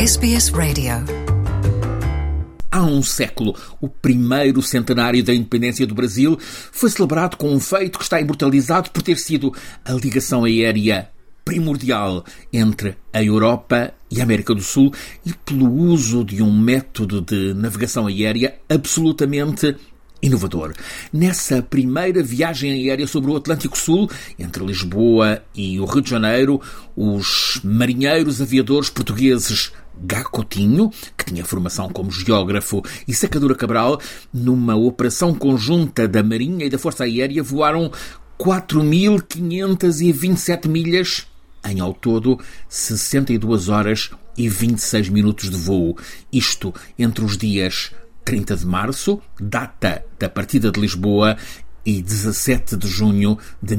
SBS Radio. Há um século, o primeiro centenário da independência do Brasil foi celebrado com um feito que está imortalizado por ter sido a ligação aérea primordial entre a Europa e a América do Sul e pelo uso de um método de navegação aérea absolutamente inovador. Nessa primeira viagem aérea sobre o Atlântico Sul, entre Lisboa e o Rio de Janeiro, os marinheiros aviadores portugueses Gá Coutinho, que tinha formação como geógrafo, e Sacadura Cabral, numa operação conjunta da Marinha e da Força Aérea, voaram 4.527 milhas, em ao todo 62 horas e 26 minutos de voo. Isto entre os dias 30 de março, data da partida de Lisboa, e 17 de junho de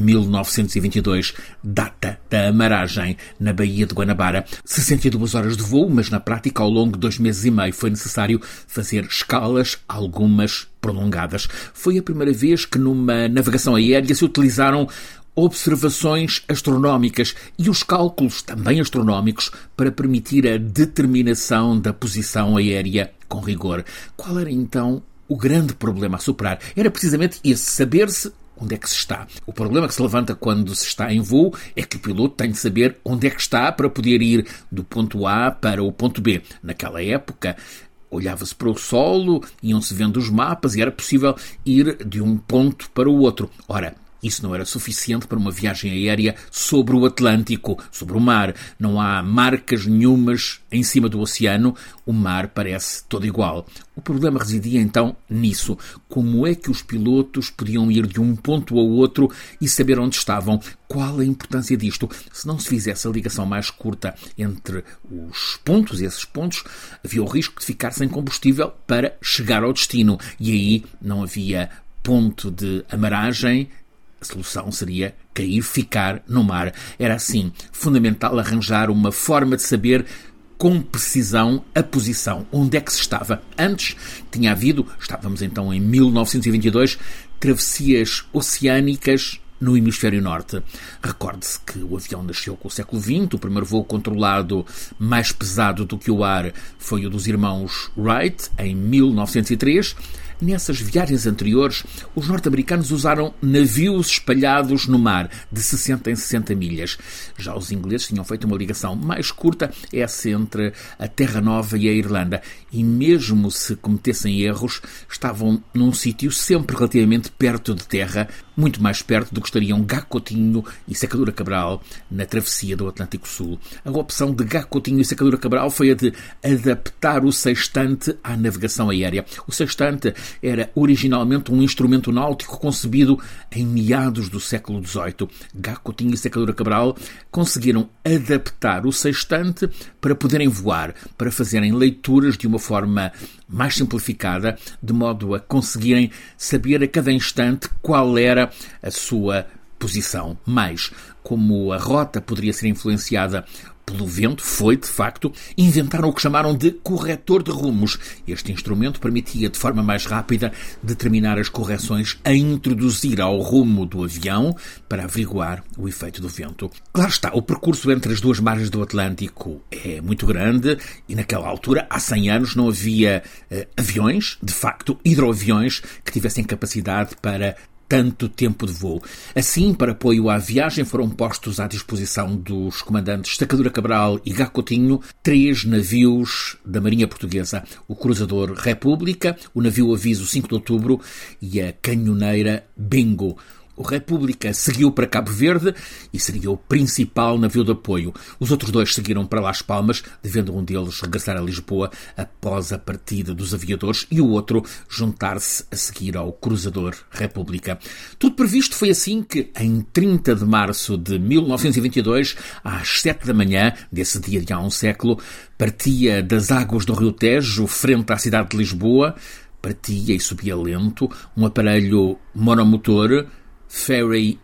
1922, data da amaragem na Baía de Guanabara. 62 horas de voo, mas na prática ao longo de 2 meses e meio foi necessário fazer escalas, algumas prolongadas. Foi a primeira vez que numa navegação aérea se utilizaram observações astronómicas e os cálculos, também astronómicos, para permitir a determinação da posição aérea com rigor. Qual era então o grande problema a superar? Era precisamente esse, saber-se onde é que se está. O problema que se levanta quando se está em voo é que o piloto tem de saber onde é que está para poder ir do ponto A para o ponto B. Naquela época, olhava-se para o solo, iam-se vendo os mapas e era possível ir de um ponto para o outro. Ora, isso não era suficiente para uma viagem aérea sobre o Atlântico, sobre o mar. Não há marcas nenhumas em cima do oceano. O mar parece todo igual. O problema residia então nisso. Como é que os pilotos podiam ir de um ponto ao outro e saber onde estavam? Qual a importância disto? Se não se fizesse a ligação mais curta entre os pontos, esses pontos, havia o risco de ficar sem combustível para chegar ao destino. E aí não havia ponto de amaragem. A solução seria cair, ficar no mar. Era assim fundamental arranjar uma forma de saber com precisão a posição, onde é que se estava. Antes tinha havido, estávamos então em 1922, travessias oceânicas no hemisfério norte. Recorde-se que o avião nasceu com o século XX, o primeiro voo controlado mais pesado do que o ar foi o dos irmãos Wright, em 1903. Nessas viagens anteriores, os norte-americanos usaram navios espalhados no mar, de 60 em 60 milhas. Já os ingleses tinham feito uma ligação mais curta, essa entre a Terra Nova e a Irlanda, e mesmo se cometessem erros, estavam num sítio sempre relativamente perto de terra, muito mais perto do que estariam Gá Coutinho e Sacadura Cabral na travessia do Atlântico Sul. A opção de Gá Coutinho e Sacadura Cabral foi a de adaptar o sextante à navegação aérea. O sextante era originalmente um instrumento náutico concebido em meados do século XVIII. Gá Coutinho e Sacadura Cabral conseguiram adaptar o sextante para poderem voar, para fazerem leituras de uma forma mais simplificada, de modo a conseguirem saber a cada instante qual era a sua posição. Mas, como a rota poderia ser influenciada pelo vento, foi, de facto, inventaram o que chamaram de corretor de rumos. Este instrumento permitia, de forma mais rápida, determinar as correções a introduzir ao rumo do avião para averiguar o efeito do vento. Claro está, o percurso entre as duas margens do Atlântico é muito grande e, naquela altura, há 100 anos, não havia aviões, de facto, hidroaviões, que tivessem capacidade para tanto tempo de voo. Assim, para apoio à viagem, foram postos à disposição dos comandantes Sacadura Cabral e Gá Coutinho 3 navios da Marinha Portuguesa: o cruzador República, o navio Aviso 5 de Outubro e a canhoneira Bingo. O República seguiu para Cabo Verde e seria o principal navio de apoio. Os outros 2 seguiram para Las Palmas, devendo um deles regressar a Lisboa após a partida dos aviadores e o outro juntar-se a seguir ao cruzador República. Tudo previsto. Foi assim que, em 30 de março de 1922, às 7 da manhã, desse dia de há um século, partia das águas do Rio Tejo, frente à cidade de Lisboa, partia e subia lento um aparelho monomotor Fairey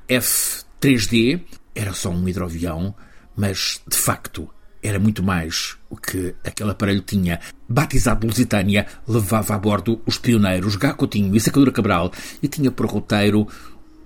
F-3D. Era só um hidroavião, mas, de facto, era muito mais o que aquele aparelho tinha. Batizado Lusitânia, levava a bordo os pioneiros Gá Coutinho e Sacadura Cabral e tinha por roteiro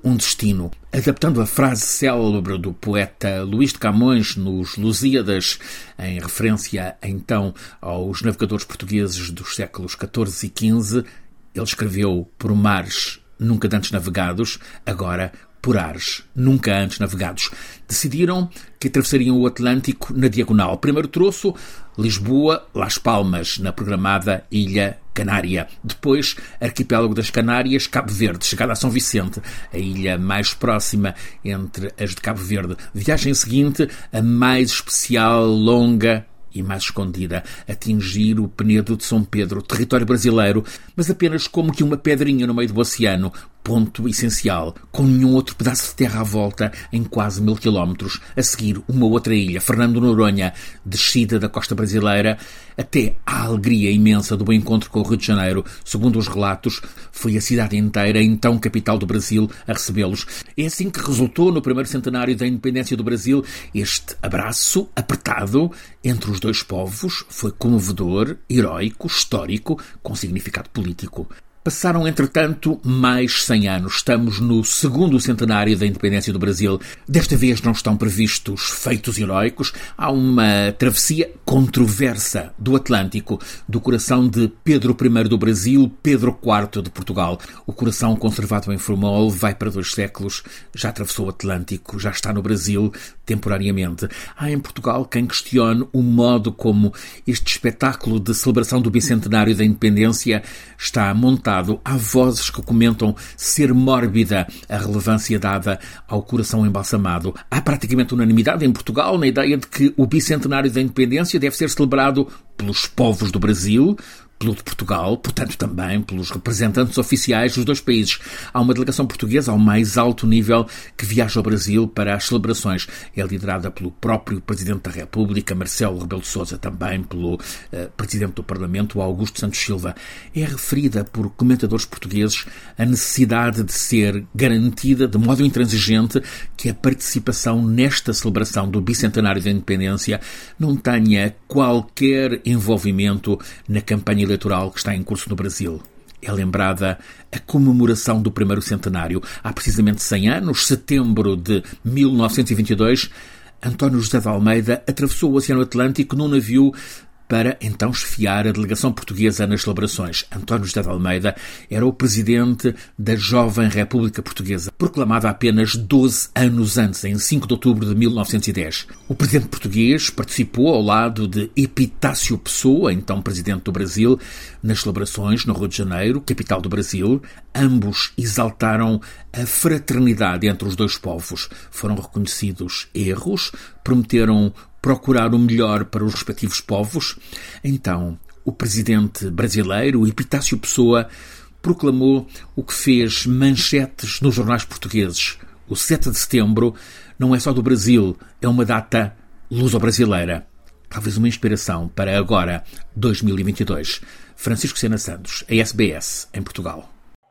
um destino. Adaptando a frase célebre do poeta Luís de Camões nos Lusíadas, em referência então aos navegadores portugueses dos séculos XIV e XV, ele escreveu: por mares nunca antes navegados, agora por ares nunca antes navegados. Decidiram que atravessariam o Atlântico na diagonal. Primeiro troço, Lisboa, Las Palmas, na programada Ilha Canária. Depois, Arquipélago das Canárias, Cabo Verde, chegada a São Vicente, a ilha mais próxima entre as de Cabo Verde. Viagem seguinte, a mais especial, longa e mais escondida, atingir o Penedo de São Pedro, território brasileiro, mas apenas como que uma pedrinha no meio do oceano, ponto essencial, com nenhum outro pedaço de terra à volta, em quase 1000 quilómetros. A seguir, uma outra ilha, Fernando Noronha, descida da costa brasileira, até à alegria imensa do encontro com o Rio de Janeiro. Segundo os relatos, foi a cidade inteira, então capital do Brasil, a recebê-los. É assim que resultou, no primeiro centenário da independência do Brasil, este abraço apertado entre os dois povos. Foi comovedor, heróico, histórico, com significado político. Passaram, entretanto, mais 100 anos. Estamos no segundo centenário da independência do Brasil. Desta vez não estão previstos feitos heróicos. Há uma travessia controversa do Atlântico, do coração de Pedro I do Brasil, Pedro IV de Portugal. O coração conservado em formol vai para 2 séculos, já atravessou o Atlântico, já está no Brasil temporariamente. Há em Portugal quem questione o modo como este espetáculo de celebração do bicentenário da independência está montado. Há vozes que comentam ser mórbida a relevância dada ao coração embalsamado. Há praticamente unanimidade em Portugal na ideia de que o bicentenário da independência deve ser celebrado pelos povos do Brasil, pelo de Portugal, portanto também pelos representantes oficiais dos 2 países. Há uma delegação portuguesa ao mais alto nível que viaja ao Brasil para as celebrações. É liderada pelo próprio Presidente da República, Marcelo Rebelo de Sousa, também pelo Presidente do Parlamento, Augusto Santos Silva. É referida por comentadores portugueses a necessidade de ser garantida de modo intransigente que a participação nesta celebração do bicentenário da independência não tenha qualquer envolvimento na campanha eleitoral que está em curso no Brasil. É lembrada a comemoração do primeiro centenário. Há precisamente 100 anos, setembro de 1922, António José de Almeida atravessou o Oceano Atlântico num navio para então chefiar a delegação portuguesa nas celebrações. António José de Almeida era o presidente da jovem República Portuguesa, proclamada apenas 12 anos antes, em 5 de outubro de 1910. O presidente português participou ao lado de Epitácio Pessoa, então presidente do Brasil, nas celebrações no Rio de Janeiro, capital do Brasil. Ambos exaltaram a fraternidade entre os 2 povos. Foram reconhecidos erros, prometeram procurar o melhor para os respectivos povos. Então, o presidente brasileiro, Epitácio Pessoa, proclamou o que fez manchetes nos jornais portugueses. O 7 de setembro não é só do Brasil, é uma data luso-brasileira. Talvez uma inspiração para agora, 2022. Francisco Sena Santos, a SBS, em Portugal.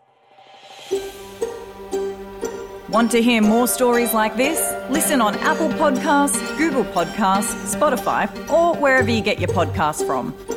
Want to hear more stories like this? Listen on Apple Podcasts, Google Podcasts, Spotify, or wherever you get your podcasts from.